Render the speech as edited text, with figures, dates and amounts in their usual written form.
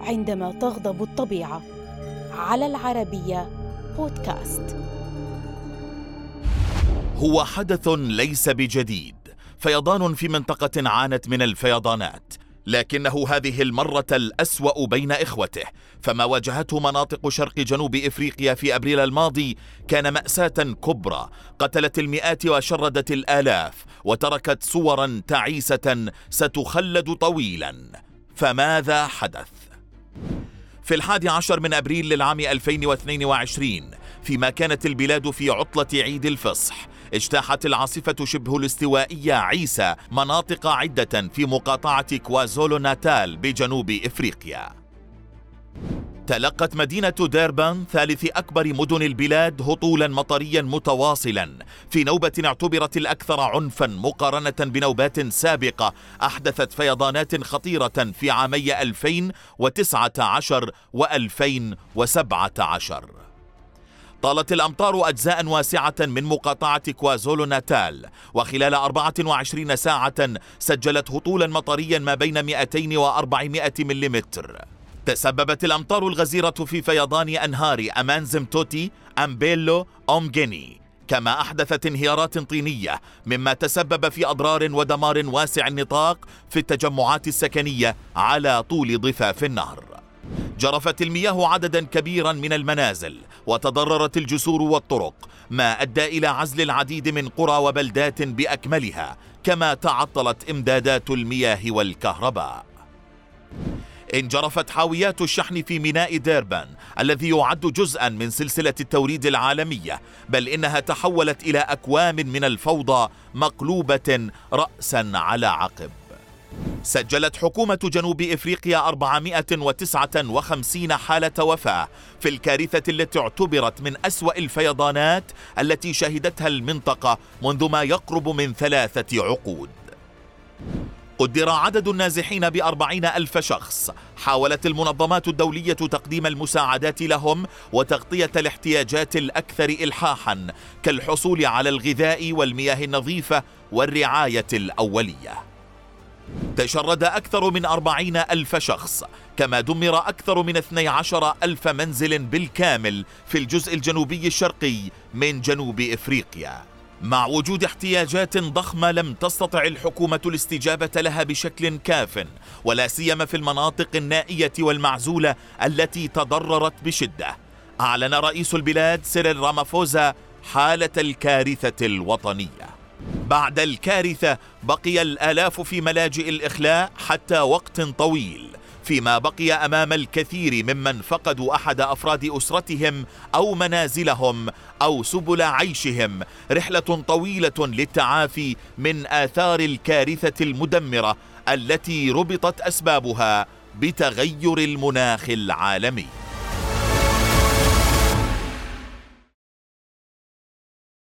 عندما تغضب الطبيعة. على العربية بودكاست. هو حدث ليس بجديد، فيضان في منطقة عانت من الفيضانات، لكنه هذه المرة الأسوأ بين إخوته، فما واجهته مناطق شرق جنوب إفريقيا في أبريل الماضي كان مأساة كبرى قتلت المئات وشردت الآلاف وتركت صورا تعيسة ستخلد طويلا. فماذا حدث؟ في 11 من أبريل للعام 2022، فيما كانت البلاد في عطلة عيد الفصح، اجتاحت العاصفة شبه الاستوائية عيسى مناطق عدة في مقاطعة كوازولو ناتال بجنوب إفريقيا. تلقت مدينة ديربان ثالث أكبر مدن البلاد هطولا مطريا متواصلا في نوبة اعتبرت الأكثر عنفا مقارنة بنوبات سابقة أحدثت فيضانات خطيرة في عامي 2019 و2017. طالت الأمطار أجزاء واسعة من مقاطعة كوازولو ناتال، وخلال 24 ساعة سجلت هطولا مطريا ما بين 200 و400 ملم. تسببت الأمطار الغزيرة في فيضان أنهار أمانزمتوتي، أمبيلو، أومجيني، كما أحدثت انهيارات طينية مما تسبب في أضرار ودمار واسع النطاق في التجمعات السكنية على طول ضفاف النهر. جرفت المياه عددا كبيرا من المنازل وتضررت الجسور والطرق، ما أدى إلى عزل العديد من قرى وبلدات بأكملها، كما تعطلت إمدادات المياه والكهرباء. انجرفت حاويات الشحن في ميناء ديربان الذي يعد جزءا من سلسلة التوريد العالمية، بل إنها تحولت إلى أكوام من الفوضى مقلوبة رأسا على عقب. سجلت حكومة جنوب إفريقيا 459 حالة وفاة في الكارثة التي اعتبرت من أسوأ الفيضانات التي شهدتها المنطقة منذ ما يقرب من 3 عقود. قدر عدد النازحين ب40,000 شخص. حاولت المنظمات الدولية تقديم المساعدات لهم وتغطية الاحتياجات الأكثر إلحاحا كالحصول على الغذاء والمياه النظيفة والرعاية الأولية. تشرد أكثر من 40,000 شخص، كما دمر أكثر من 12,000 منزل بالكامل في الجزء الجنوبي الشرقي من جنوب إفريقيا. مع وجود احتياجات ضخمة لم تستطع الحكومة الاستجابة لها بشكل كاف، ولا سيما في المناطق النائية والمعزولة التي تضررت بشدة. أعلن رئيس البلاد سيريل رامافوزا حالة الكارثة الوطنية. بعد الكارثة بقي الآلاف في ملاجئ الإخلاء حتى وقت طويل، فيما بقي أمام الكثير ممن فقدوا أحد أفراد أسرتهم أو منازلهم أو سبل عيشهم رحلة طويلة للتعافي من آثار الكارثة المدمرة التي ربطت أسبابها بتغير المناخ العالمي.